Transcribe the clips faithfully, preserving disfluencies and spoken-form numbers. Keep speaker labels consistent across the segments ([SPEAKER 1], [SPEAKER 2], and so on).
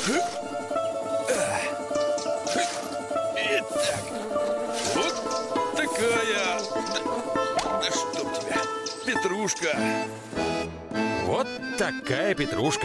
[SPEAKER 1] Итак, вот такая... Да, да чтоб тебя, петрушка.
[SPEAKER 2] Вот такая петрушка.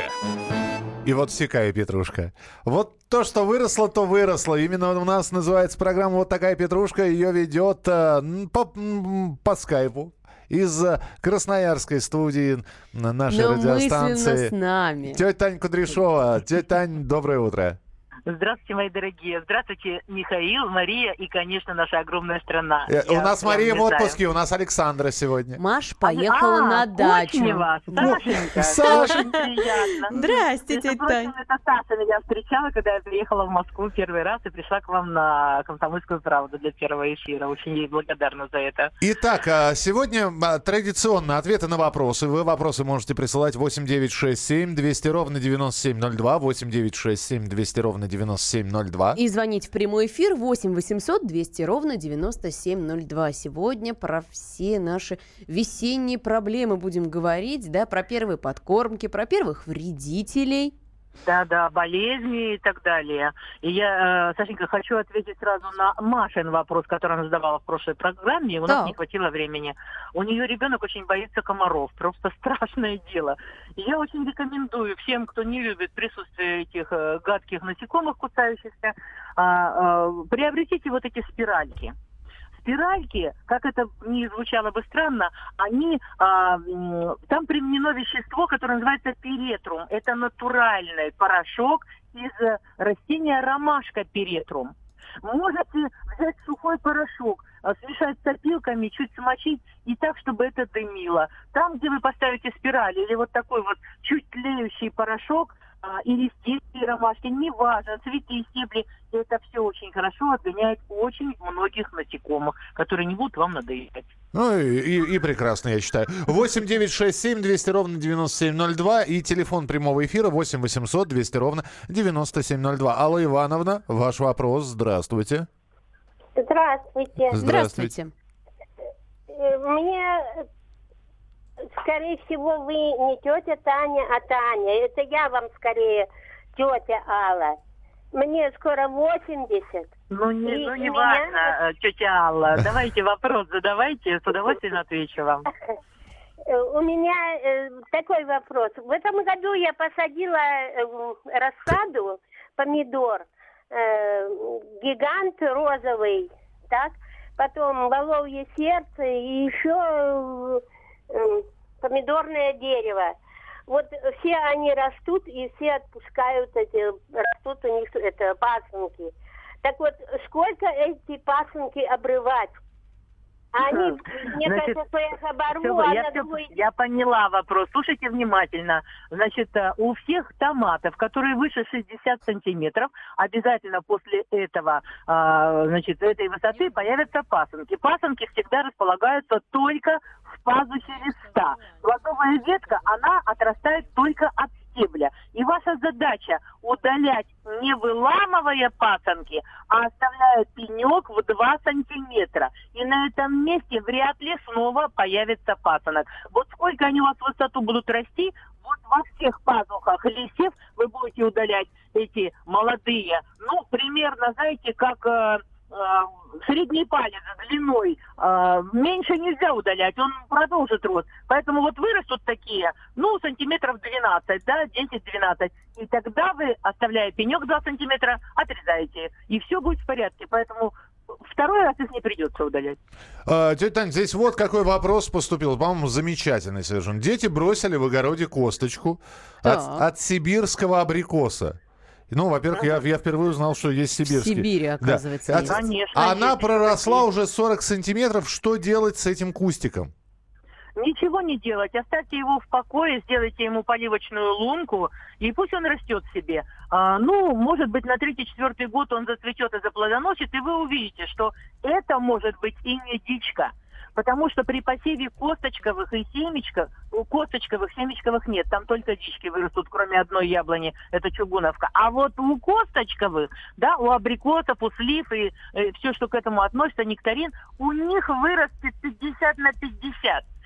[SPEAKER 3] И вот всякая петрушка. Вот то, что выросло, то выросло. Именно у нас называется программа «Вот такая петрушка». Ее ведет э, по, по скайпу из красноярской студии нашей
[SPEAKER 4] Но
[SPEAKER 3] радиостанции.
[SPEAKER 4] мысленно с нами.
[SPEAKER 3] Тетя Таня Кудряшова. Тетя Тань, доброе утро.
[SPEAKER 5] Здравствуйте, мои дорогие. Здравствуйте, Михаил, Мария и, конечно, наша огромная страна.
[SPEAKER 3] Э, у нас Мария в
[SPEAKER 5] влезаю.
[SPEAKER 3] отпуске, у нас Александра сегодня.
[SPEAKER 4] Маш поехала
[SPEAKER 5] а,
[SPEAKER 4] на дачу.
[SPEAKER 5] Очень вас. Сашенька.
[SPEAKER 3] Саша.
[SPEAKER 5] Очень приятно.
[SPEAKER 4] Здрасте,
[SPEAKER 5] Между
[SPEAKER 4] тетя
[SPEAKER 5] прочим,
[SPEAKER 4] Тань.
[SPEAKER 5] это Саша меня встречала, когда я приехала в Москву первый раз и пришла к вам на «Комсомольскую правду» для первого эфира. Очень ей благодарна за это.
[SPEAKER 3] Итак, а, сегодня а, традиционно ответы на вопросы. Вы вопросы можете присылать восемь девять шесть семь двести ровно девяносто семь ноль два, восемь девять шесть семь двести ровно девяносто семь ноль два.
[SPEAKER 4] И звонить в прямой эфир восемь восемьсот двести ровно девяносто семь ноль два. Сегодня про все наши весенние проблемы будем говорить, да, про первые подкормки, про первых вредителей.
[SPEAKER 5] Да-да, болезни и так далее. И я, э, Сашенька, хочу ответить сразу на Машин вопрос, который она задавала в прошлой программе. У
[SPEAKER 4] Так.
[SPEAKER 5] нас не хватило времени. У нее ребенок очень боится комаров. Просто страшное дело. И я очень рекомендую всем, кто не любит присутствие этих э, гадких насекомых, кусающихся, э, э, приобретите вот эти спиральки. Спиральки, как это ни звучало бы странно, они, а, там применено вещество, которое называется перетрум. Это натуральный порошок из растения ромашка перетрум. Можете взять сухой порошок, смешать с опилками, чуть смочить и так, чтобы это дымило. Там, где вы поставите спираль или вот такой вот чуть тлеющий порошок, и листья, и ромашки, неважно, цветы и стебли, это все очень хорошо отгоняет очень многих насекомых, которые не будут вам надоедать.
[SPEAKER 3] Ну и, и, и прекрасно, я считаю. восемь девять шесть семь двести ровно девяносто семь ноль два и телефон прямого эфира восемь восемьсот двести ровно девяносто семь ноль два. Алла Ивановна, ваш вопрос. Здравствуйте.
[SPEAKER 6] Здравствуйте.
[SPEAKER 4] Здравствуйте.
[SPEAKER 6] Мне, скорее всего, вы не тетя Таня, а Таня. Это я вам скорее тетя Алла. Мне скоро восемьдесят.
[SPEAKER 5] Ну, не,
[SPEAKER 6] И-
[SPEAKER 5] ну,
[SPEAKER 6] и
[SPEAKER 5] не
[SPEAKER 6] меня-
[SPEAKER 5] важно, тетя Алла. Давайте вопрос задавайте, с удовольствием отвечу вам.
[SPEAKER 6] Э, У меня э, такой вопрос. В этом году я посадила э, рассаду помидор, э, гигант розовый, так, потом воловье сердце и еще э, э, помидорное дерево. Вот все они растут и все отпускают эти, растут у них это пасынки. Так вот, сколько эти пасынки обрывать? Они, мне
[SPEAKER 5] Значит,
[SPEAKER 6] кажется, что я их оборву,
[SPEAKER 5] Всё,
[SPEAKER 6] а
[SPEAKER 5] я,
[SPEAKER 6] на
[SPEAKER 5] всё-
[SPEAKER 6] другой...
[SPEAKER 5] я поняла вопрос. Слушайте внимательно. Значит, э, у всех томатов, которые выше шестьдесят сантиметров, обязательно после этого, а, значит, этой высоты появятся пасынки. Пасынки всегда располагаются только в пазухе листа. Плодовая ветка, она отрастает только от стебля. И ваша задача удалять, не выламывая пасынки, а оставляя пенек в два сантиметра. И на этом месте вряд ли снова появится пасынок. Вот сколько они у вас в высоту будут расти, вот во всех пазухах листьев вы будете удалять эти молодые, ну, примерно, знаете, как... э, средний палец длиной э, меньше нельзя удалять, он продолжит рост. Поэтому вот вырастут такие, ну, сантиметров двенадцать, да, десять-двенадцать. И тогда вы, оставляя пенек два сантиметра, отрезаете. И все будет в порядке. Поэтому второй раз их не придется удалять.
[SPEAKER 3] А, тетя Тань, здесь вот какой вопрос поступил, по-моему, замечательный совершенно. Дети бросили в огороде косточку от,
[SPEAKER 4] Так.
[SPEAKER 3] от сибирского абрикоса. Ну, во-первых, я, я впервые узнал, что есть
[SPEAKER 4] В
[SPEAKER 3] сибирский.
[SPEAKER 4] Сибири, оказывается,
[SPEAKER 3] Да.
[SPEAKER 4] есть.
[SPEAKER 3] От-
[SPEAKER 5] Конечно,
[SPEAKER 3] Она
[SPEAKER 5] есть
[SPEAKER 3] проросла
[SPEAKER 5] такие.
[SPEAKER 3] уже сорок сантиметров. Что делать с этим кустиком?
[SPEAKER 5] Ничего не делать, оставьте его в покое, сделайте ему поливочную лунку, и пусть он растет себе. А, ну, может быть, на третий-четвертый год он зацветет и заплодоносит, и вы увидите, что это может быть и не дичка. Потому что при посеве косточковых и семечков, у косточковых, семечковых нет, там только дички вырастут, кроме одной яблони, это чугуновка. А вот у косточковых, да, у абрикосов, у слив и э, все, что к этому относится, нектарин, у них вырастет пятьдесят на пятьдесят.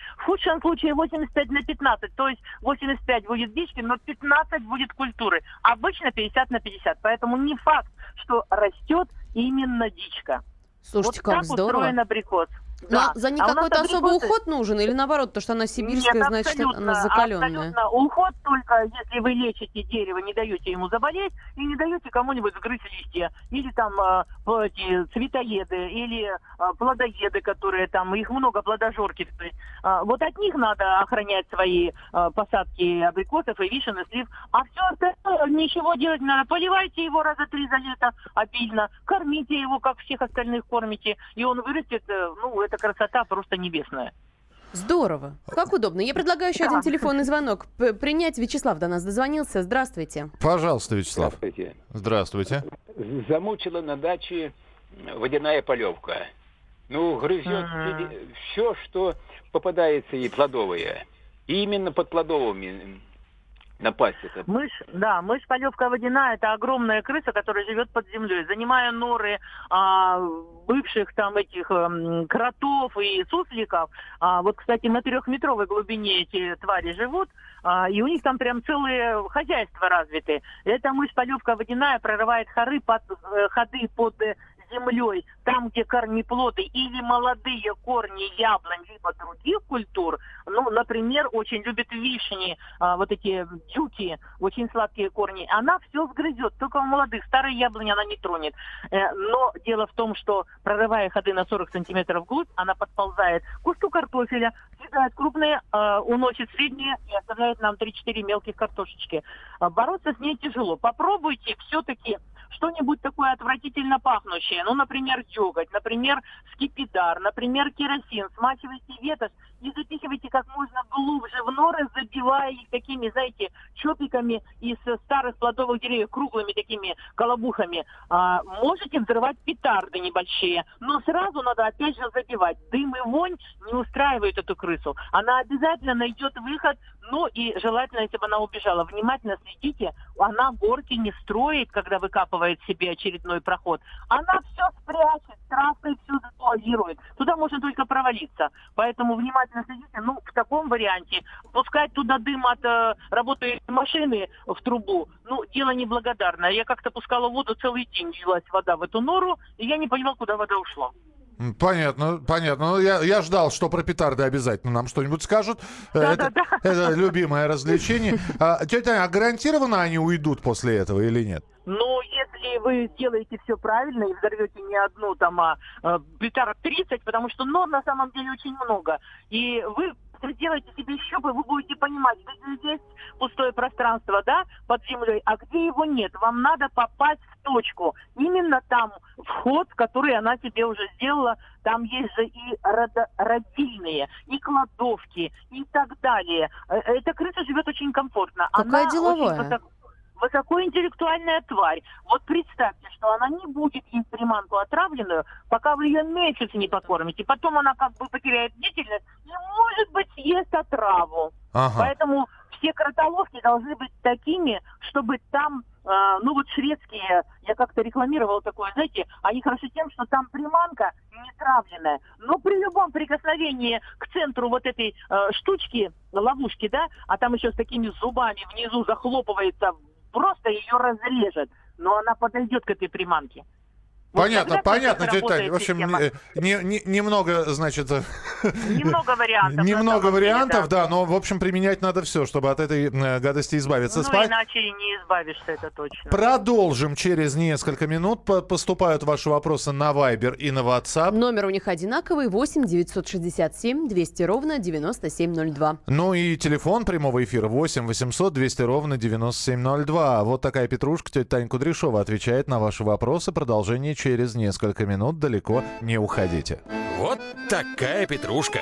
[SPEAKER 5] В худшем случае восемьдесят пять на пятнадцать, то есть восемьдесят пять будет дички, но пятнадцать будет культуры. Обычно пятьдесят на пятьдесят, поэтому не факт, что растет именно дичка.
[SPEAKER 4] Слушайте,
[SPEAKER 5] Вот
[SPEAKER 4] как
[SPEAKER 5] так
[SPEAKER 4] здорово.
[SPEAKER 5] устроен абрикос.
[SPEAKER 4] Но
[SPEAKER 5] Да.
[SPEAKER 4] за ней
[SPEAKER 5] А у нас
[SPEAKER 4] какой-то особый
[SPEAKER 5] абрикосы-
[SPEAKER 4] уход нужен? Или наоборот, то, что она сибирская,
[SPEAKER 5] Нет,
[SPEAKER 4] значит,
[SPEAKER 5] абсолютно,
[SPEAKER 4] она закаленная?
[SPEAKER 5] абсолютно. Уход только, если вы лечите дерево, не даете ему заболеть, и не даете кому-нибудь сгрызть листья. Или там а, эти цветоеды, или а, плодоеды, которые там, их много, плодожорки. То есть, а, вот от них надо охранять свои а, посадки абрикосов и вишен, и слив. А все остальное ничего делать не надо. Поливайте его раза три за лето обильно, кормите его, как всех остальных кормите, и он вырастет, э, ну, это красота просто небесная.
[SPEAKER 4] Здорово. Как удобно. Я предлагаю еще
[SPEAKER 5] Да.
[SPEAKER 4] один телефонный звонок. П- принять. Вячеслав до нас дозвонился. Здравствуйте.
[SPEAKER 3] Пожалуйста, Вячеслав.
[SPEAKER 7] Здравствуйте.
[SPEAKER 3] Здравствуйте.
[SPEAKER 7] Замучила на даче водяная полевка. Ну, грызет
[SPEAKER 5] Ага.
[SPEAKER 7] все, что попадается ей плодовое. И именно под плодовыми напасть это.
[SPEAKER 5] Мышь, да, мышь-полевка водяная – это огромная крыса, которая живет под землей, занимая норы а, бывших там этих м, кротов и сусликов. А, вот, кстати, на трехметровой глубине эти твари живут, а, и у них там прям целые хозяйства развиты. Эта мышь-полевка водяная прорывает хоры под, э, ходы под э, землей, там, где корнеплоды или молодые корни яблонь, либо других культур, ну, например, очень любит вишни, а, вот эти дюки, очень сладкие корни, она все сгрызет, только у молодых, старые яблони она не тронет. Э, но дело в том, что, прорывая ходы на сорок сантиметров вглубь, она подползает к кусту картофеля, съедает крупные, э, уносит средние и оставляет нам три-четыре мелких картошечки. А, бороться с ней тяжело. Попробуйте все-таки что-нибудь такое отвратительно пахнущее. Ну, например, деготь, например, скипидар, например, керосин. Смачивайте ветошь и запихивайте как можно глубже в норы, забивая их такими, знаете, чопиками из старых плодовых деревьев, круглыми такими колобухами. А, можете взрывать петарды небольшие, но сразу надо опять же забивать. Дым и вонь не устраивают эту крысу. Она обязательно найдет выход, ну и желательно, если бы она убежала. Внимательно следите, она горки не строит, когда выкапывает себе очередной проход. Она все спрячет, трассой все запланирует. Туда можно только провалиться. Поэтому внимательно следите. Ну, в таком варианте пускать туда дым от э, работающей машины в трубу, ну, дело неблагодарное. Я как-то пускала воду, целый день лилась вода в эту нору, и я не понимала, куда вода ушла.
[SPEAKER 3] Понятно, понятно. Ну, я, я ждал, что про петарды обязательно нам что-нибудь скажут. Это, это любимое развлечение. А, тетя Таня, а гарантированно они уйдут после этого или нет?
[SPEAKER 5] Ну, если вы сделаете все правильно и взорвете не одну там, а э, петард тридцать, потому что нор на самом деле очень много. И вы сделаете себе щупы, вы будете понимать, где есть пустое пространство, да, под землей, а где его нет. Вам надо попасть в точку. Именно там вход, который она себе уже сделала, там есть же и родо- родильные, и кладовки, и так далее. Э, Эта крыса живет очень комфортно.
[SPEAKER 4] Какая
[SPEAKER 5] Она
[SPEAKER 4] деловая.
[SPEAKER 5] очень высоко- Высокоинтеллектуальная тварь. Вот представьте, что она не будет есть приманку отравленную, пока вы ее месяц не покормите. Потом она как бы потеряет бдительность и, может быть, съест отраву.
[SPEAKER 3] Ага.
[SPEAKER 5] Поэтому все кротоловки должны быть такими, чтобы там, э, ну вот шведские, я как-то рекламировала такое, знаете, они хороши тем, что там приманка не травленная. Но при любом прикосновении к центру вот этой э, штучки, ловушки, да, а там еще с такими зубами внизу захлопывается, просто ее разрежет, но она подойдет к этой приманке. Вот
[SPEAKER 3] Понятно,
[SPEAKER 5] тогда
[SPEAKER 3] понятно,
[SPEAKER 5] как
[SPEAKER 3] тетя Таня.
[SPEAKER 5] работает
[SPEAKER 3] В общем,
[SPEAKER 5] система.
[SPEAKER 3] не- не- не- немного, значит...
[SPEAKER 5] Немного вариантов. на
[SPEAKER 3] Немного
[SPEAKER 5] самом деле,
[SPEAKER 3] вариантов, да, но, в общем, применять надо все, чтобы от этой э, гадости избавиться.
[SPEAKER 5] Ну,
[SPEAKER 3] Спа-
[SPEAKER 5] иначе и не избавишься, это точно.
[SPEAKER 3] Продолжим через несколько минут. По- Поступают ваши вопросы на Viber и на WhatsApp.
[SPEAKER 4] Номер у них одинаковый. восемь девятьсот шестьдесят семь двести ровно девяносто семь ноль два.
[SPEAKER 3] Ну и телефон прямого эфира восемь восемьсот двести ровно девяносто семь ноль два. Вот такая петрушка. Тетя Таня Кудряшова отвечает на ваши вопросы. Продолжение через несколько минут. Далеко не уходите.
[SPEAKER 2] Вот такая петрушка.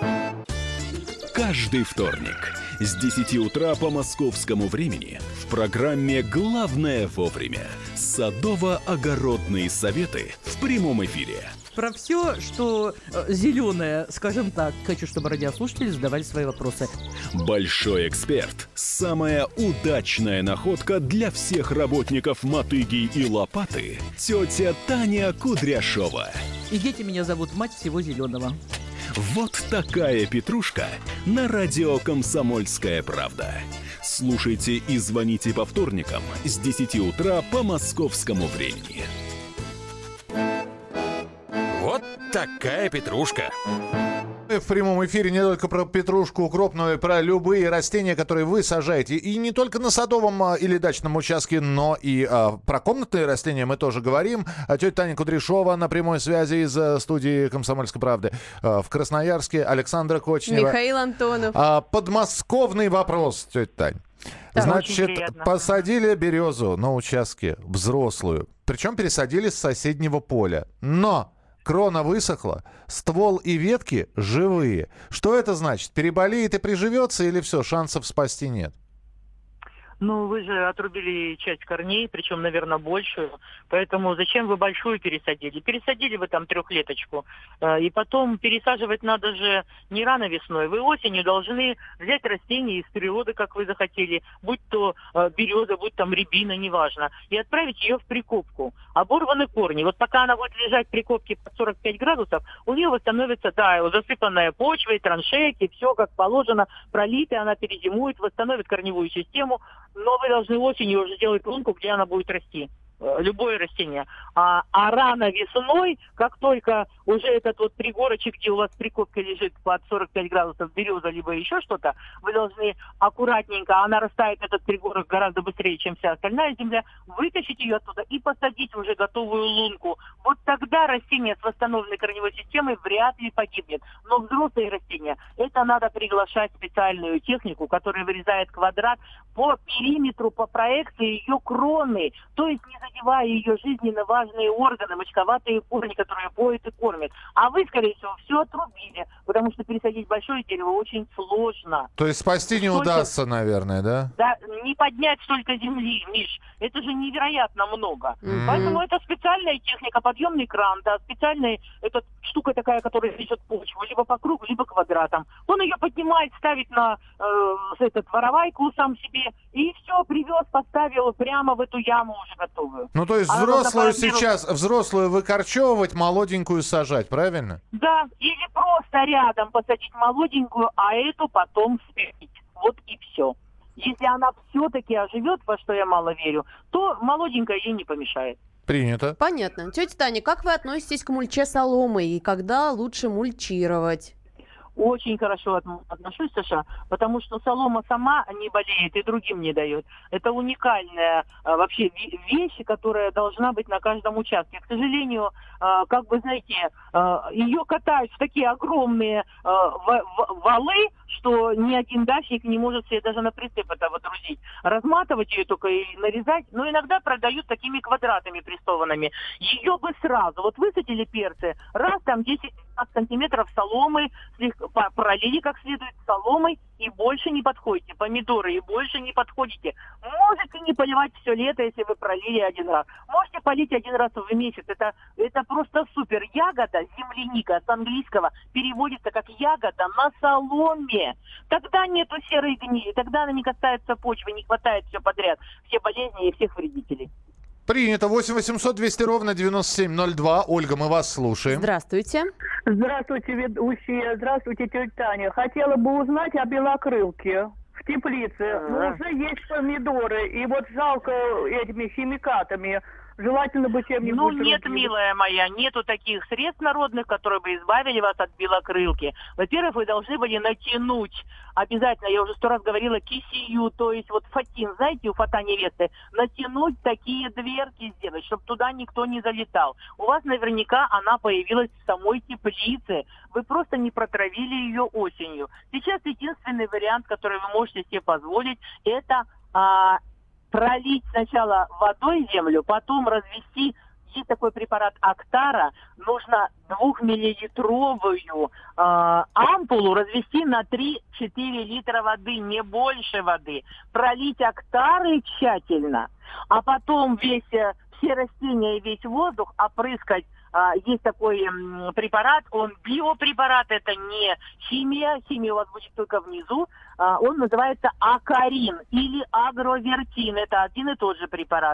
[SPEAKER 8] Каждый вторник с десяти утра по московскому времени в программе «Главное вовремя» садово-огородные советы в прямом эфире.
[SPEAKER 9] Про все, что э, зеленое, скажем так. Хочу, чтобы радиослушатели задавали свои вопросы.
[SPEAKER 8] Большой эксперт. Самая удачная находка для всех работников мотыги и лопаты. Тетя Таня Кудряшова.
[SPEAKER 9] И дети меня зовут мать всего зеленого.
[SPEAKER 8] Вот такая петрушка на радио «Комсомольская правда». Слушайте и звоните по вторникам с десяти утра по московскому времени.
[SPEAKER 2] Вот такая петрушка.
[SPEAKER 3] В прямом эфире не только про петрушку, укроп, но и про любые растения, которые вы сажаете. И не только на садовом а, или дачном участке, но и а, про комнатные растения мы тоже говорим. А тетя Таня Кудряшова на прямой связи из а, студии «Комсомольской правды» а, в Красноярске. Александра Кочнева.
[SPEAKER 4] Михаил Антонов.
[SPEAKER 3] А, подмосковный вопрос, тетя Тань.
[SPEAKER 4] Да,
[SPEAKER 3] Значит, посадили березу на участке взрослую. Причем пересадили с соседнего поля. Но... крона высохла, ствол и ветки живые. Что это значит? Переболеет и приживется или все, шансов спасти нет?
[SPEAKER 5] Ну, вы же отрубили часть корней, причем, наверное, большую. Поэтому зачем вы большую пересадили? Пересадили вы там трехлеточку. И потом пересаживать надо же не рано весной. Вы осенью должны взять растение из природы, как вы захотели. Будь то береза, будь там рябина, неважно. И отправить ее в прикопку. Оборваны корни. Вот пока она будет лежать в прикопке под сорок пять градусов, у нее восстановится, да, засыпанная почва, и траншейки, все как положено, пролитая, она перезимует, восстановит корневую систему. Но вы должны осенью уже сделать лунку, где она будет расти. Любое растение. А, а рано весной, как только уже этот вот пригорочек, где у вас прикопка лежит под сорок пять градусов, береза, либо еще что-то, вы должны аккуратненько, она растает, этот пригорок, гораздо быстрее, чем вся остальная земля, вытащить ее оттуда и посадить уже готовую лунку. Вот тогда растение с восстановленной корневой системой вряд ли погибнет. Но взрослые растения, это надо приглашать специальную технику, которая вырезает квадрат по периметру, по проекции ее кроны, то есть не задевая ее жизненно важные органы, мочковатые корни, которые поют и кормят. А вы, скорее всего, все отрубили, потому что пересадить большое дерево очень сложно.
[SPEAKER 3] То есть спасти не
[SPEAKER 5] столько...
[SPEAKER 3] удастся, наверное, да?
[SPEAKER 5] Да, не поднять столько земли, Миш, это же невероятно много.
[SPEAKER 3] Mm-hmm.
[SPEAKER 5] Поэтому это специальная техника, подъемный кран, да, специальная эта штука такая, которая несет почву, либо по кругу, либо квадратом. Он ее поднимает, ставит на э, этот воровайку сам себе, и все, привез, поставил прямо в эту яму уже готовую.
[SPEAKER 3] Ну, то есть
[SPEAKER 5] а
[SPEAKER 3] взрослую сейчас, взрослую выкорчевывать, молоденькую сажать, правильно?
[SPEAKER 5] Да, или просто рядом посадить молоденькую, а эту потом спилить. Вот и все. Если она все-таки оживет, во что я мало верю, то молоденькая ей не помешает.
[SPEAKER 3] Принято.
[SPEAKER 4] Понятно. Тетя Таня, как вы относитесь к мульче соломы и когда лучше мульчировать?
[SPEAKER 5] Очень хорошо отношусь, Саша, потому что солома сама не болеет и другим не дает. Это уникальная а, вообще вещь, которая должна быть на каждом участке. К сожалению, а, как бы, знаете, а, ее катают в такие огромные а, в, в, валы, что ни один дачник не может себе даже на прицеп это водрузить. Разматывать ее только и нарезать, но иногда продают такими квадратами прессованными. Ее бы сразу, вот высадили перцы, раз там десять-пятнадцать сантиметров соломы, слегка пролили как следует соломой, и больше не подходите. Помидоры, и больше не подходите. Можете не поливать все лето, если вы пролили один раз. Можете полить один раз в месяц. Это, это просто супер. Ягода, земляника, с английского переводится как ягода на соломе. Тогда нету серой гнили, тогда она не касается почвы, не хватает все подряд. Все болезни и всех вредителей.
[SPEAKER 3] Принято. восемь восемьсот двести ровно девяносто семь ноль два. Ольга, мы вас слушаем.
[SPEAKER 4] Здравствуйте.
[SPEAKER 10] Здравствуйте, ведущие. Здравствуйте, тетя Таня. Хотела бы узнать о белокрылке в теплице. А-а-а. Но уже есть помидоры, и вот жалко этими химикатами. Желательно бы чем-нибудь...
[SPEAKER 5] Ну, нет,
[SPEAKER 10] другим.
[SPEAKER 5] милая моя, нету таких средств народных, которые бы избавили вас от белокрылки. Во-первых, вы должны были натянуть обязательно, я уже сто раз говорила, кисию, то есть вот фатин, знаете, у фата невесты, натянуть такие дверки сделать, чтобы туда никто не залетал. У вас наверняка она появилась в самой теплице. Вы просто не протравили ее осенью. Сейчас единственный вариант, который вы можете себе позволить, это... А, пролить сначала водой землю, потом развести, есть такой препарат Актара, нужно двухмиллилитровую э, ампулу развести на три-четыре литра воды, не больше воды. Пролить Актары тщательно, а потом весь, все растения и весь воздух опрыскать. Uh, есть такой um, препарат, он биопрепарат, это не химия, химия у вас будет только внизу, uh, он называется Акарин или Агровертин, это один и тот же препарат.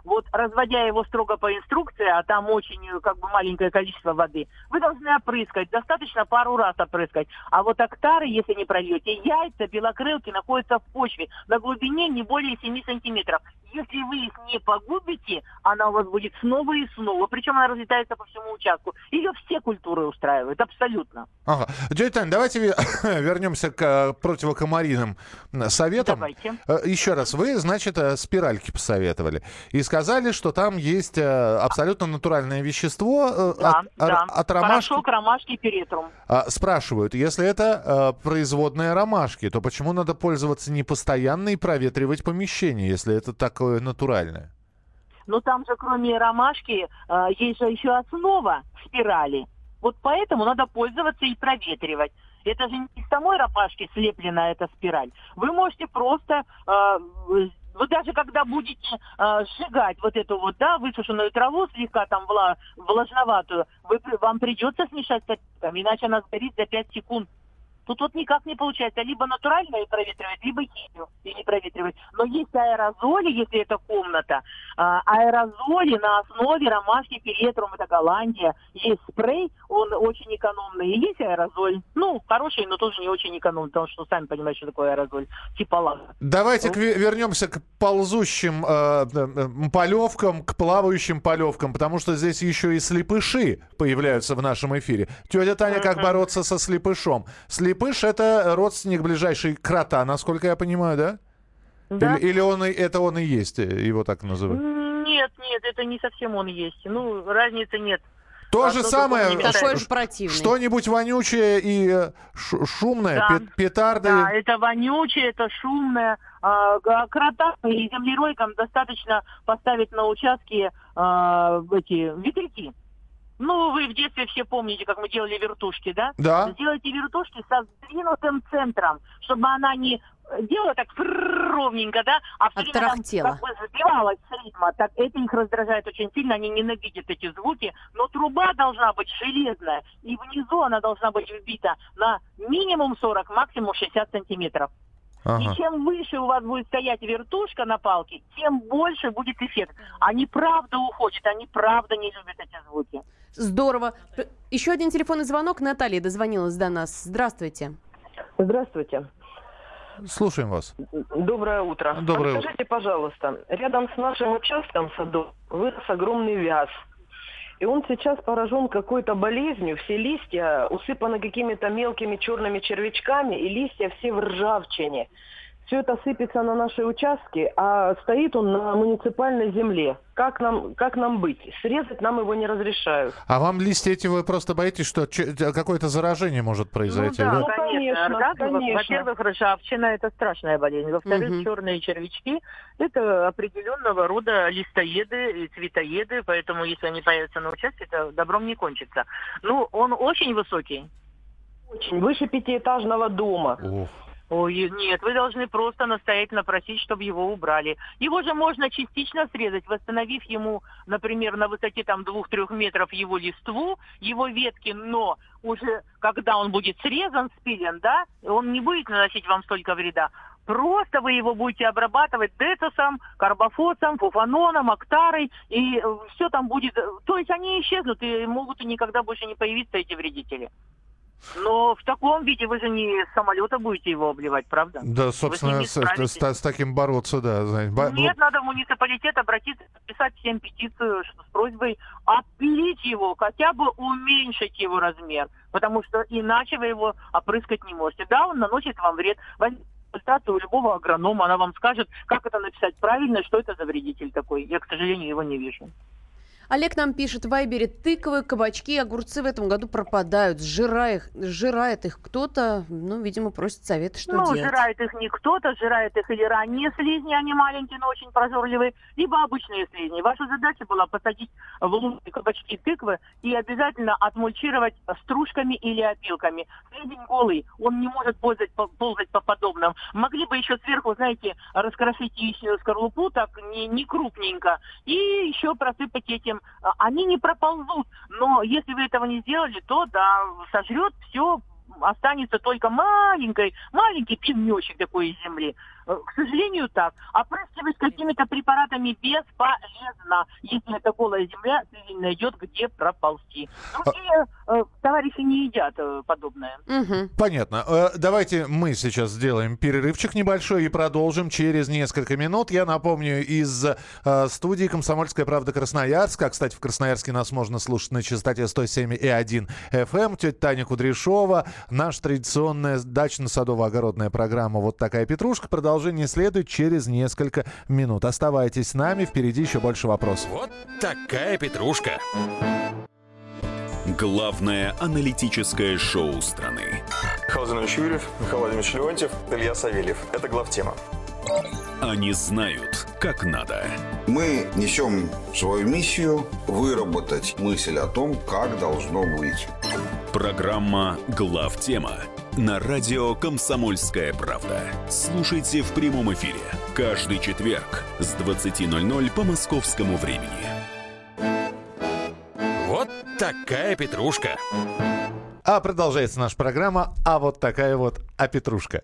[SPEAKER 5] вот разводя его строго по инструкции, а там очень как бы маленькое количество воды, вы должны опрыскать, достаточно пару раз опрыскать. А вот октары, если не прольете, яйца белокрылки находятся в почве на глубине не более семи сантиметров. Если вы их не погубите, она у вас будет снова и снова. Причем она разлетается по всему участку. Ее все культуры устраивают, абсолютно.
[SPEAKER 3] Ага. Тетя Таня, давайте вернемся к э, противокомаринным советам.
[SPEAKER 5] Давайте.
[SPEAKER 3] Э, Еще раз, вы, значит, э, спиральки посоветовали. И сказали, что там есть э, абсолютно натуральное вещество э,
[SPEAKER 5] Да,
[SPEAKER 3] от,
[SPEAKER 5] да.
[SPEAKER 3] от, от ромашки.
[SPEAKER 5] Порошок ромашки перетрум.
[SPEAKER 3] А, спрашивают, если это э, производная ромашки, то почему надо пользоваться не постоянно и проветривать помещение, если это такое натуральное?
[SPEAKER 5] Но там же кроме ромашки э, есть же еще основа спирали. Вот поэтому надо пользоваться и проветривать. Это же не из самой ромашки слеплена эта спираль. Вы можете просто... Э, вы даже когда будете э, сжигать вот эту вот, да, высушенную траву, слегка там вла, влажноватую, вы, вам придется смешать с оттенком, иначе она сгорит за пять секунд. Тут вот никак не получается. Либо натурально и проветривать, либо химию и не проветривать. Но есть аэрозоли, если это комната. А, аэрозоли на основе ромашки перетрум, это Голландия. Есть спрей, он очень экономный. И есть аэрозоль. Ну, хороший, но тоже не очень экономный, потому что сами понимаете, что такое аэрозоль. Типа лака.
[SPEAKER 3] Давайте к, вернемся к ползущим э, э, полевкам, к плавающим полевкам, потому что здесь еще и слепыши появляются в нашем эфире. Тетя Таня, как бороться со слепышом? Слепыш — это родственник ближайший крота, насколько я понимаю, да?
[SPEAKER 5] Да.
[SPEAKER 3] Или, или он и, это он и есть, его так называют?
[SPEAKER 5] Нет, нет, это не совсем он есть. Ну, разницы нет.
[SPEAKER 3] То
[SPEAKER 5] А
[SPEAKER 3] же
[SPEAKER 5] то
[SPEAKER 3] самое,
[SPEAKER 5] другому не
[SPEAKER 4] Такой
[SPEAKER 5] мешает.
[SPEAKER 4] же противный.
[SPEAKER 3] что-нибудь вонючее и э, ш- шумное,
[SPEAKER 5] Да.
[SPEAKER 3] пе- петарды.
[SPEAKER 5] Да, это вонючее, это шумное. А, г- кротам и землеройкам достаточно поставить на участке а, эти ветряки. Ну, вы в детстве все помните, как мы делали вертушки, да?
[SPEAKER 3] Да.
[SPEAKER 5] Сделайте вертушки со сдвинутым центром, чтобы она не делала так фрррр ровненько, да, а все время там
[SPEAKER 4] Оттарахтела.
[SPEAKER 5] как бы сбивалась с ритма. Так это их раздражает очень сильно, они ненавидят эти звуки. Но труба должна быть железная, и внизу она должна быть вбита на минимум сорок, максимум шестьдесят сантиметров.
[SPEAKER 3] Ага.
[SPEAKER 5] И чем выше у вас будет стоять вертушка на палке, тем больше будет эффект. Они правда уходят, они правда не любят эти звуки.
[SPEAKER 4] Здорово. П- Еще один телефонный звонок. Наталья дозвонилась до нас. Здравствуйте.
[SPEAKER 11] Здравствуйте.
[SPEAKER 3] Слушаем вас.
[SPEAKER 11] Доброе утро.
[SPEAKER 3] Доброе
[SPEAKER 11] Подскажите, пожалуйста, рядом с нашим участком саду вырос огромный вяз. И он сейчас поражен какой-то болезнью. Все листья усыпаны какими-то мелкими черными червячками, и листья все в ржавчине. Все это сыпется на наши участки, а стоит он на муниципальной земле. Как нам, как нам быть? Срезать нам его не разрешают.
[SPEAKER 3] А вам листья эти, вы просто боитесь, что ч- какое-то заражение может произойти?
[SPEAKER 5] Ну да,
[SPEAKER 3] да?
[SPEAKER 11] Ну,
[SPEAKER 5] конечно.
[SPEAKER 11] конечно,
[SPEAKER 5] Да,
[SPEAKER 11] конечно.
[SPEAKER 5] Во-первых, ржавчина – это страшная болезнь. Во-вторых,
[SPEAKER 4] Мгм.
[SPEAKER 5] черные червячки – это определенного рода листоеды и цветоеды, поэтому если они появятся на участке, это добром не кончится. Ну, он очень высокий.
[SPEAKER 11] Очень. Выше пятиэтажного дома.
[SPEAKER 3] Ух.
[SPEAKER 5] Ой, нет, вы должны просто настоятельно просить, чтобы его убрали. Его же можно частично срезать, восстановив ему, например, на высоте там двух-трех метров его листву, его ветки, но уже когда он будет срезан, спилен, да, он не будет наносить вам столько вреда. Просто вы его будете обрабатывать децосом, карбофосом, фуфаноном, октарой, и все там будет... То есть они исчезнут и могут и никогда больше не появиться, эти вредители. Но в таком виде вы же не с самолета будете его обливать, правда?
[SPEAKER 3] Да,
[SPEAKER 5] Вы с ним
[SPEAKER 3] собственно,
[SPEAKER 5] не
[SPEAKER 3] с,
[SPEAKER 5] справитесь.
[SPEAKER 3] с- с таким бороться, да. знаете. Бо-
[SPEAKER 5] Нет, надо в муниципалитет обратиться, написать всем петицию что- с просьбой отпилить его, хотя бы уменьшить его размер, потому что иначе вы его опрыскать не можете. Да, он наносит вам вред. Возьмите консультацию у любого агронома, она вам скажет, как это написать правильно, что это за вредитель такой. Я, к сожалению, его не вижу.
[SPEAKER 4] Олег нам пишет в Вайбере: тыквы, кабачки, огурцы в этом году пропадают. Сжирает, сжирает их кто-то. Ну, видимо, просит совета, что
[SPEAKER 5] ну,
[SPEAKER 4] делать.
[SPEAKER 5] сжирает их не кто-то, сжирает их или ранние слизни, они маленькие, но очень прожорливые, либо обычные слизни. Ваша задача была посадить в лунки кабачки, тыквы и обязательно отмульчировать стружками или опилками. Слизень голый, он не может ползать по, ползать по подобным. Могли бы еще сверху, знаете, раскрошить яичную скорлупу, так не, не крупненько, и еще просыпать этим. Они не проползут, но если вы этого не сделали, то да, сожрет все, останется только маленький, маленький пивнечек такой из земли. Э, К сожалению, так. Опрыскивать какими-то препаратами бесполезно. Если это голая земля, ты найдет, где проползти. Другие э, товарищи не едят э, подобное.
[SPEAKER 4] Мгм.
[SPEAKER 3] Понятно. Э, Давайте мы сейчас сделаем перерывчик небольшой и продолжим через несколько минут. Я напомню, из э, студии «Комсомольская правда» Красноярск. А, кстати, в Красноярске нас можно слушать на частоте сто семь и один эф эм. Тетя Таня Кудряшова. Наша традиционная дачно-садово-огородная программа «Вот такая петрушка». Продолжение следует через несколько минут. Оставайтесь с нами. Впереди еще больше вопросов.
[SPEAKER 2] Вот такая петрушка.
[SPEAKER 8] Главное аналитическое шоу страны.
[SPEAKER 12] Михаил Владимирович Юрьев, Михаил Владимирович Леонтьев, Илья Савельев. Это главтема.
[SPEAKER 8] Они знают, как надо.
[SPEAKER 13] Мы несем свою миссию выработать мысль о том, как должно быть.
[SPEAKER 8] Программа «Главтема» на радио «Комсомольская правда». Слушайте в прямом эфире каждый четверг с двадцати ноль-ноль по московскому времени.
[SPEAKER 2] Вот такая петрушка.
[SPEAKER 3] А продолжается наша программа «А вот такая вот а петрушка».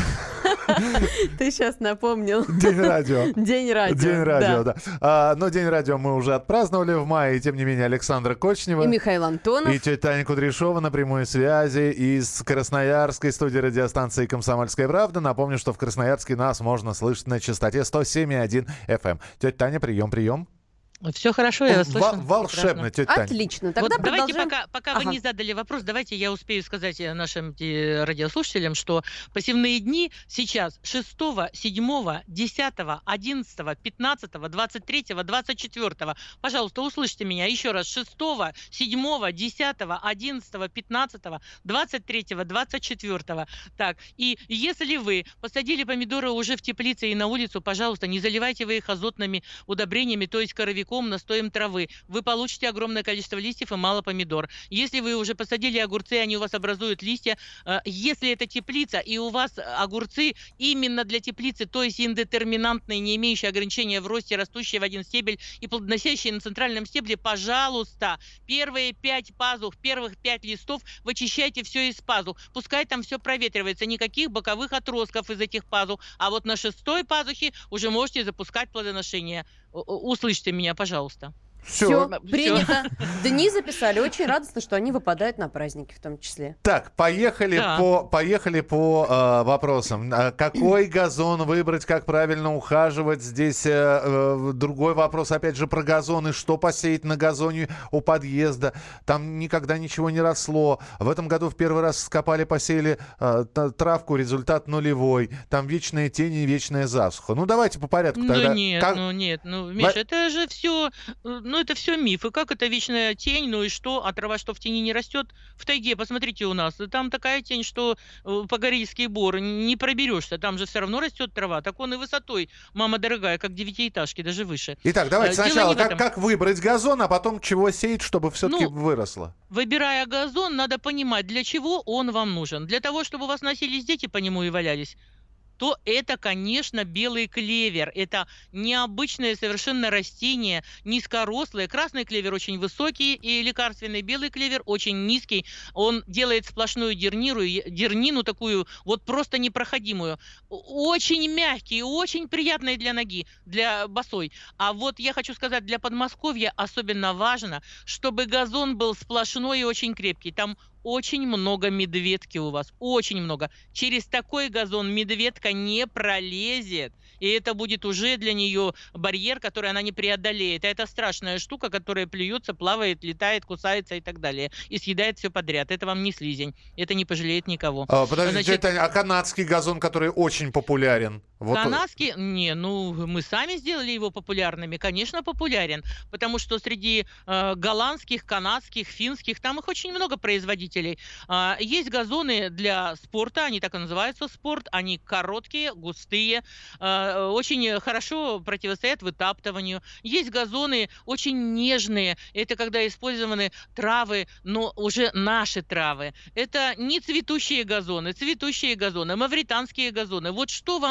[SPEAKER 4] Ты сейчас напомнил.
[SPEAKER 3] День радио.
[SPEAKER 4] День радио.
[SPEAKER 3] День радио,
[SPEAKER 4] да.
[SPEAKER 3] да. А, но День радио мы уже отпраздновали в мае, и тем не менее Александра Кочнева.
[SPEAKER 4] И Михаил Антонов.
[SPEAKER 3] И тетя Таня Кудряшова на прямой связи из Красноярской студии радиостанции «Комсомольская правда». Напомню, что в Красноярске нас можно слышать на частоте сто семь и один эф эм. Тетя Таня, прием, прием.
[SPEAKER 9] Все хорошо, я вас
[SPEAKER 3] Во-
[SPEAKER 9] слышу.
[SPEAKER 3] волшебно, тетя Таня.
[SPEAKER 4] Отлично. Тогда
[SPEAKER 9] Вот давайте,
[SPEAKER 4] продолжаем.
[SPEAKER 9] пока, пока
[SPEAKER 4] Ага.
[SPEAKER 9] вы не задали вопрос, давайте я успею сказать э, нашим э, радиослушателям, что посевные дни сейчас шестого, седьмого, десятого, одиннадцатого, пятнадцатого, двадцать третьего, двадцать четвёртого. Пожалуйста, услышьте меня еще раз. шестого, седьмого, десятого, одиннадцатого, пятнадцатого, двадцать третьего, двадцать четвёртого. Так, и если вы посадили помидоры уже в теплице и на улицу, пожалуйста, не заливайте вы их азотными удобрениями, то есть коровиком, настоем травы. Вы получите огромное количество листьев и мало помидор. Если вы уже посадили огурцы, они у вас образуют листья. э, Если это теплица и у вас огурцы именно для теплицы, то есть индетерминантные, не имеющие ограничения в росте, растущие в один стебель и плодоносящие на центральном стебле, пожалуйста, первые пять пазух, первых пять листов вычищайте все из пазух. Пускай там все проветривается, никаких боковых отростков из этих пазух. А вот на шестой пазухе уже можете запускать плодоношение. У- у- Услышьте меня, пожалуйста.
[SPEAKER 4] Все,
[SPEAKER 9] Всё.
[SPEAKER 4] принято. Дни записали. Очень радостно, что они выпадают на праздники в том числе.
[SPEAKER 3] Так, поехали
[SPEAKER 9] Да.
[SPEAKER 3] по, поехали по э, вопросам. А какой газон выбрать, как правильно ухаживать? Здесь э, э, другой вопрос, опять же, про газоны. Что посеять на газоне у подъезда? Там никогда ничего не росло. В этом году в первый раз скопали, посеяли э, т- травку, результат нулевой. Там вечная тень и вечная засуха. Ну, давайте по порядку тогда.
[SPEAKER 9] Да нет,
[SPEAKER 3] Как-
[SPEAKER 9] ну нет, ну, Миша,
[SPEAKER 3] Во-
[SPEAKER 9] это же все, ну это все миф. И как это вечная тень, ну и что? А трава что в тени не растет? В тайге, посмотрите у нас, там такая тень, что э, Погорельский бор, не проберешься, там же все равно растет трава. Так он и высотой, мама дорогая, как девятиэтажки, даже выше.
[SPEAKER 3] Итак, давайте
[SPEAKER 9] Э, дело
[SPEAKER 3] сначала,
[SPEAKER 9] не в
[SPEAKER 3] как,
[SPEAKER 9] этом.
[SPEAKER 3] как выбрать газон, а потом чего сеять, чтобы все-таки
[SPEAKER 9] Ну,
[SPEAKER 3] выросло?
[SPEAKER 9] Выбирая газон, надо понимать, для чего он вам нужен. Для того, чтобы у вас носились дети по нему и валялись, то это, конечно, белый клевер. Это необычное совершенно растение, низкорослое. Красный клевер очень высокий, и лекарственный белый клевер очень низкий. Он делает сплошную дерниру, и- дернину такую вот просто непроходимую. О- Очень мягкий, очень приятный для ноги, для босой. А вот я хочу сказать, для Подмосковья особенно важно, чтобы газон был сплошной и очень крепкий. Там очень много медведки у вас, очень много. Через такой газон медведка не пролезет. И это будет уже для нее барьер, который она не преодолеет. А это страшная штука, которая плюется, плавает, летает, кусается и так далее. И съедает все подряд. Это вам не слизень. Это не пожалеет никого.
[SPEAKER 3] А, подождите,
[SPEAKER 9] Значит,
[SPEAKER 3] Таня, а канадский газон, который очень популярен? Вот,
[SPEAKER 9] Канадский, не, ну мы сами сделали его популярными, конечно, популярен, потому что среди э, голландских, канадских, финских, там их очень много производителей. А, есть газоны для спорта, они так и называются спорт, они короткие, густые, э, очень хорошо противостоят вытаптыванию. Есть газоны очень нежные, это когда использованы травы, но уже наши травы. Это не цветущие газоны, цветущие газоны, мавританские газоны. Вот что вам из этого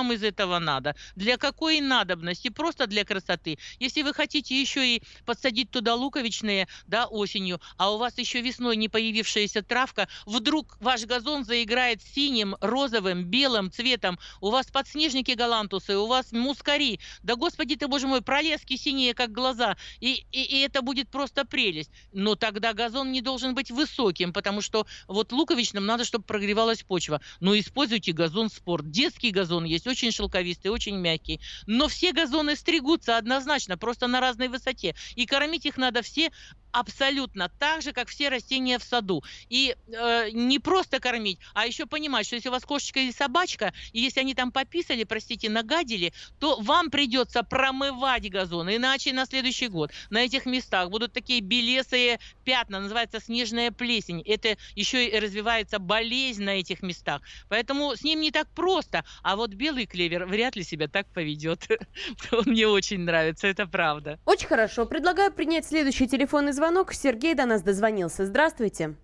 [SPEAKER 9] этого надо? Для какой надобности? Просто для красоты. Если вы хотите еще и подсадить туда луковичные, да, осенью, а у вас еще весной не появившаяся травка, вдруг ваш газон заиграет синим, розовым, белым цветом, у вас подснежники галантусы, у вас мускари, да господи ты, боже мой, пролески синие, как глаза, и, и, и это будет просто прелесть. Но тогда газон не должен быть высоким, потому что вот луковичным надо, чтобы прогревалась почва. Но используйте газон спорт. Детский газон есть, очень шелковистый, очень мягкий. Но все газоны стригутся однозначно, просто на разной высоте. И кормить их надо все абсолютно так же, как все растения в саду. И э, не просто кормить, а еще понимать, что если у вас кошечка или собачка, и если они там пописали, простите, нагадили, то вам придется промывать газон. Иначе на следующий год на этих местах будут такие белесые пятна, называется снежная плесень. Это еще и развивается болезнь на этих местах. Поэтому с ним не так просто. А вот белый клевер вряд ли себя так поведет. Он мне очень нравится, это правда.
[SPEAKER 4] Очень хорошо. Предлагаю принять следующий телефонный звонок. Сергей до нас дозвонился. Здравствуйте.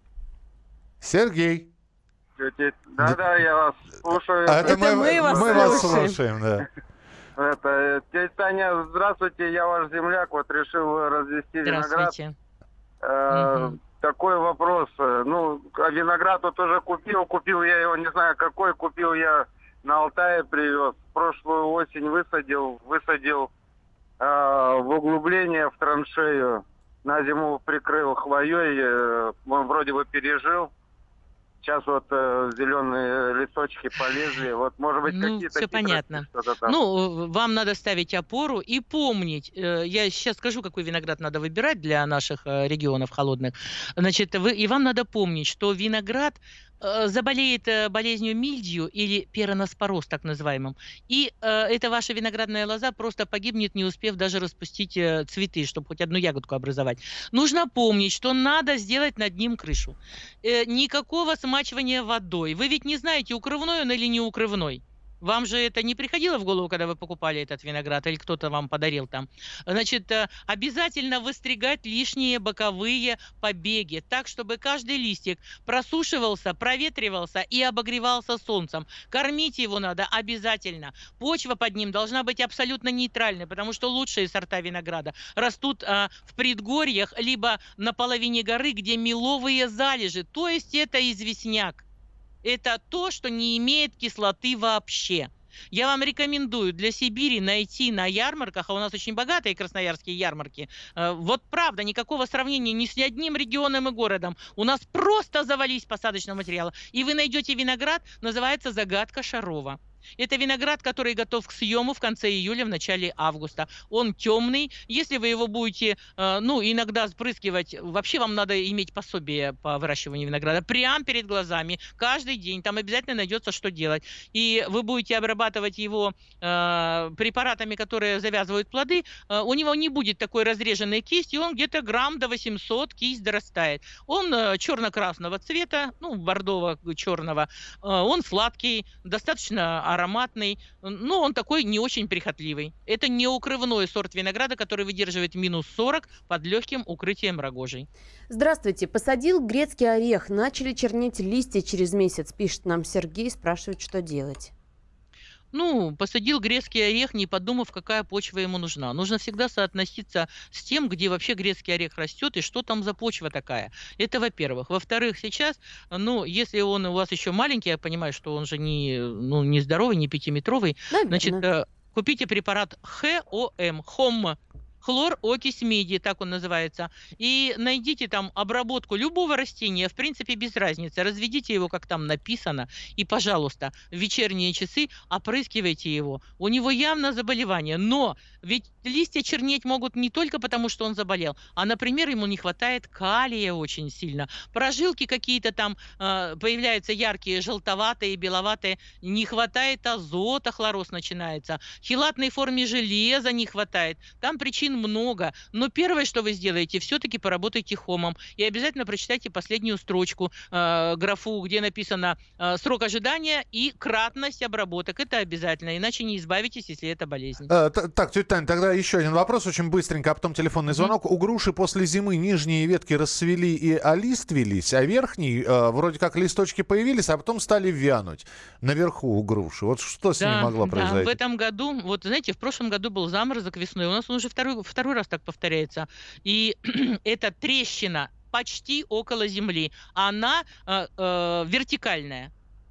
[SPEAKER 3] Сергей.
[SPEAKER 14] Да-да, я вас слушаю.
[SPEAKER 3] А это, это мы, мы, вас, мы вас слушаем. слушаем, да.
[SPEAKER 14] Это, тетя Таня, здравствуйте, я ваш земляк, вот решил развести виноград. Э, угу. Такой вопрос, ну, виноград вот уже купил, купил я его, не знаю какой, купил я на Алтае, привез. Прошлую осень высадил, высадил э, в углубление, в траншею. На зиму прикрыл хвоей, э, он вроде бы пережил. Сейчас вот э, зеленые листочки полезли. Вот, может быть,
[SPEAKER 9] ну,
[SPEAKER 14] какие-то...
[SPEAKER 9] все понятно. Ну, вам надо ставить опору и помнить. Э, я сейчас скажу, какой виноград надо выбирать для наших э, регионов холодных. Значит, вы, и вам надо помнить, что виноград э, заболеет э, болезнью мильдью или пероноспороз, так называемым. И э, эта ваша виноградная лоза просто погибнет, не успев даже распустить э, цветы, чтобы хоть одну ягодку образовать. Нужно помнить, что надо сделать над ним крышу. Э, никакого смачивания водой. Вы ведь не знаете, укрывной он или не укрывной. Вам же это не приходило в голову, когда вы покупали этот виноград, или кто-то вам подарил там? Значит, обязательно выстригать лишние боковые побеги, так, чтобы каждый листик просушивался, проветривался и обогревался солнцем. Кормить его надо обязательно. Почва под ним должна быть абсолютно нейтральной, потому что лучшие сорта винограда растут а, в предгорьях, либо на половине горы, где меловые залежи, то есть это известняк. Это то, что не имеет кислоты вообще. Я вам рекомендую для Сибири найти на ярмарках, а у нас очень богатые красноярские ярмарки, вот правда, никакого сравнения ни с одним регионом и городом. У нас просто завались посадочного материала. И вы найдете виноград, называется «Загадка Шарова». Это виноград, который готов к съему в конце июля, в начале августа. Он темный. Если вы его будете, э, ну, иногда спрыскивать, вообще вам надо иметь пособие по выращиванию винограда прямо перед глазами, каждый день. Там обязательно найдется, что делать. И вы будете обрабатывать его э, препаратами, которые завязывают плоды. Э, у него не будет такой разреженной кисти, он где-то грамм до восьмисот кисть дорастает. Он э, черно-красного цвета, ну, бордово-черного. Э, он сладкий, достаточно ароматный, но он такой не очень прихотливый. Это не укрывной сорт винограда, который выдерживает минус сорок под легким укрытием рогожей.
[SPEAKER 4] Здравствуйте. Посадил грецкий орех. Начали чернеть листья через месяц. Пишет нам Сергей, спрашивает, что делать.
[SPEAKER 9] Ну, посадил грецкий орех, не подумав, какая почва ему нужна. Нужно всегда соотноситься с тем, где вообще грецкий орех растет и что там за почва такая. Это во-первых. Во-вторых, сейчас, ну, если он у вас еще маленький, я понимаю, что он же не, ну, не здоровый, не пятиметровый, наверное. Значит, купите препарат ХОМ, ХОМ, хлор-окись меди, так он называется, и найдите там обработку любого растения, в принципе, без разницы, разведите его, как там написано, и, пожалуйста, в вечерние часы опрыскивайте его. У него явно заболевание, но ведь листья чернеть могут не только потому, что он заболел, а, например, ему не хватает калия очень сильно, прожилки какие-то там э, появляются яркие, желтоватые, беловатые, не хватает азота, хлороз начинается, в хелатной форме железа не хватает, там причина причин много. Но первое, что вы сделаете, все-таки поработайте хомом. И обязательно прочитайте последнюю строчку, э, графу, где написано э, срок ожидания и кратность обработок. Это обязательно, иначе не избавитесь, если это болезнь.
[SPEAKER 3] А, так, тетя Таня, тогда еще один вопрос, очень быстренько, а потом телефонный звонок. Mm-hmm. У груши после зимы нижние ветки расцвели и олиствились, а верхние э, вроде как листочки появились, а потом стали вянуть наверху у груши. Вот что с
[SPEAKER 9] да,
[SPEAKER 3] ней могло произойти?
[SPEAKER 9] Да, в этом году, вот знаете, в прошлом году был заморозок весной, у нас он уже второй, второй раз так повторяется. И эта трещина почти около земли, она э, э, вертикальная.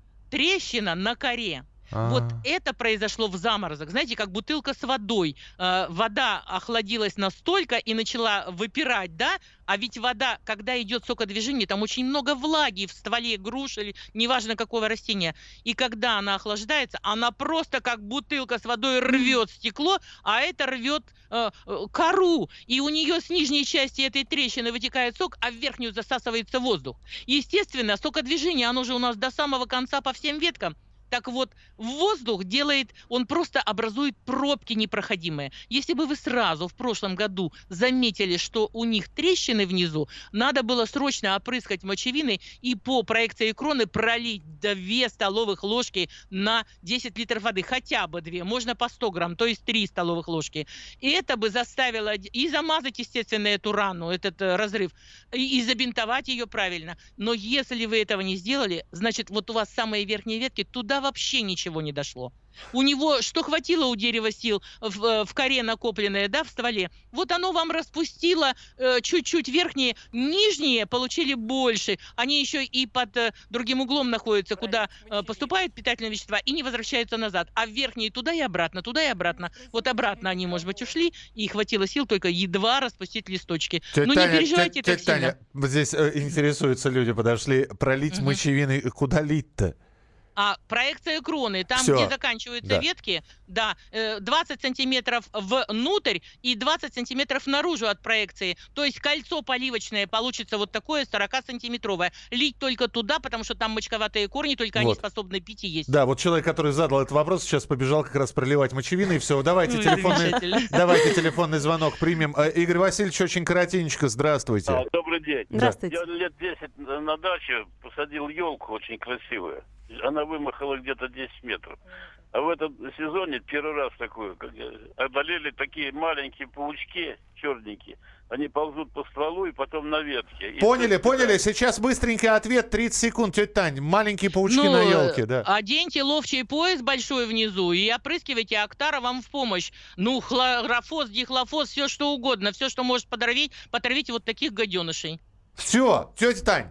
[SPEAKER 9] Трещина на коре. А-а-а. Вот это произошло в заморозок. Знаете, как бутылка с водой. Э, вода охладилась настолько и начала выпирать, да? А ведь вода, когда идет сокодвижение, там очень много влаги в стволе груши или неважно какого растения. И когда она охлаждается, она просто как бутылка с водой рвет стекло, а это рвет э, кору. И у нее с нижней части этой трещины вытекает сок, а в верхнюю засасывается воздух. Естественно, сокодвижение, оно же у нас до самого конца по всем веткам. Так вот, воздух делает, он просто образует пробки непроходимые. Если бы вы сразу в прошлом году заметили, что у них трещины внизу, надо было срочно опрыскать мочевиной и по проекции кроны пролить две столовых ложки на десять литров воды. Хотя бы две, можно по сто грамм, то есть три столовых ложки. И это бы заставило и замазать, естественно, эту рану, этот э, разрыв, и, и забинтовать ее правильно. Но если вы этого не сделали, значит, вот у вас самые верхние ветки, туда вообще ничего не дошло. У него, что хватило у дерева сил в, в коре накопленное, да, в стволе, вот оно вам распустило э, чуть-чуть верхние, нижние получили больше. Они еще и под э, другим углом находятся, куда э, поступают питательные вещества и не возвращаются назад. А верхние туда и обратно, туда и обратно. Вот обратно они, может быть, ушли, и хватило сил только едва распустить листочки.
[SPEAKER 3] Тетя
[SPEAKER 9] Но
[SPEAKER 3] Таня,
[SPEAKER 9] не переживайте
[SPEAKER 3] тетя,
[SPEAKER 9] так
[SPEAKER 3] тетя
[SPEAKER 9] сильно.
[SPEAKER 3] Таня, здесь э, интересуются люди, подошли, пролить угу. мочевиной, куда лить-то?
[SPEAKER 9] А проекция кроны, там,
[SPEAKER 3] Всё.
[SPEAKER 9] где заканчиваются да. ветки, да, двадцать сантиметров внутрь и двадцать сантиметров наружу от проекции. То есть кольцо поливочное получится вот такое сорокасантиметровое. Лить только туда, потому что там мочковатые корни, только вот. Они способны пить и есть.
[SPEAKER 3] Да, вот человек, который задал этот вопрос, сейчас побежал как раз проливать мочевиной, и все. Давайте, телефонный, давайте телефонный звонок примем. Игорь Васильевич, очень коротенько, здравствуйте.
[SPEAKER 15] А, добрый день.
[SPEAKER 4] Здравствуйте.
[SPEAKER 15] Я лет десять на даче посадил елку очень красивую. Она вымахала где-то десять метров. А в этом сезоне первый раз такое, как одолели такие маленькие паучки черненькие. Они ползут по стволу и потом на ветке. И
[SPEAKER 3] поняли,
[SPEAKER 15] то,
[SPEAKER 3] поняли.
[SPEAKER 15] да.
[SPEAKER 3] Сейчас быстренький ответ, тридцать секунд, тетя Тань. Маленькие паучки ну, на елке, да.
[SPEAKER 9] Оденьте ловчий пояс большой внизу и опрыскивайте, Актара вам в помощь. Ну, хлорофос, дихлофос, все что угодно. Все, что может подорвить, подорвите вот таких гаденышей.
[SPEAKER 3] Все, тетя Тань.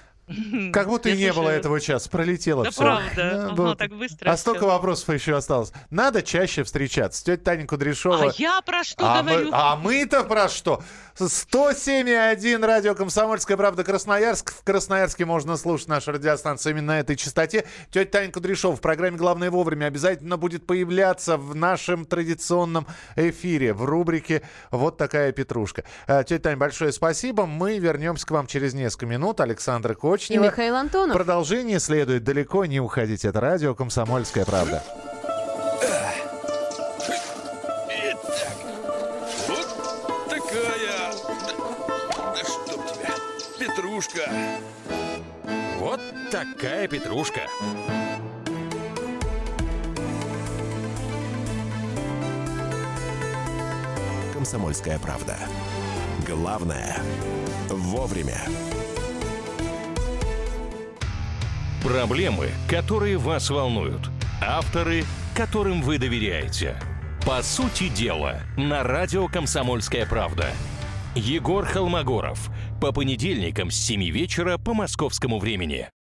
[SPEAKER 3] Как будто и не было этого часа. Пролетело
[SPEAKER 9] да
[SPEAKER 3] все.
[SPEAKER 9] Правда.
[SPEAKER 3] Да,
[SPEAKER 9] ага,
[SPEAKER 3] было...
[SPEAKER 9] так быстро
[SPEAKER 3] а столько
[SPEAKER 9] все.
[SPEAKER 3] Вопросов еще осталось. Надо чаще встречаться. Тетя Таня Кудряшова.
[SPEAKER 9] А я про что
[SPEAKER 3] а
[SPEAKER 9] говорю?
[SPEAKER 3] Мы... А мы-то про что? сто семь и один радио «Комсомольская правда» Красноярск. В Красноярске можно слушать нашу радиостанцию именно на этой частоте. Тетя Таня Кудряшова в программе «Главное вовремя» обязательно будет появляться в нашем традиционном эфире в рубрике «Вот такая петрушка». Тетя Таня, большое спасибо. Мы вернемся к вам через несколько минут. Александра Кочнева.
[SPEAKER 4] И Михаил Антонов.
[SPEAKER 3] Продолжение следует. Далеко не уходите. Это радио «Комсомольская правда».
[SPEAKER 1] Петрушка.
[SPEAKER 2] Вот такая петрушка.
[SPEAKER 16] «Комсомольская правда». Главное – вовремя.
[SPEAKER 8] Проблемы, которые вас волнуют. Авторы, которым вы доверяете. По сути дела, на радио «Комсомольская правда». Егор Холмогоров. По понедельникам с семи вечера по московскому времени.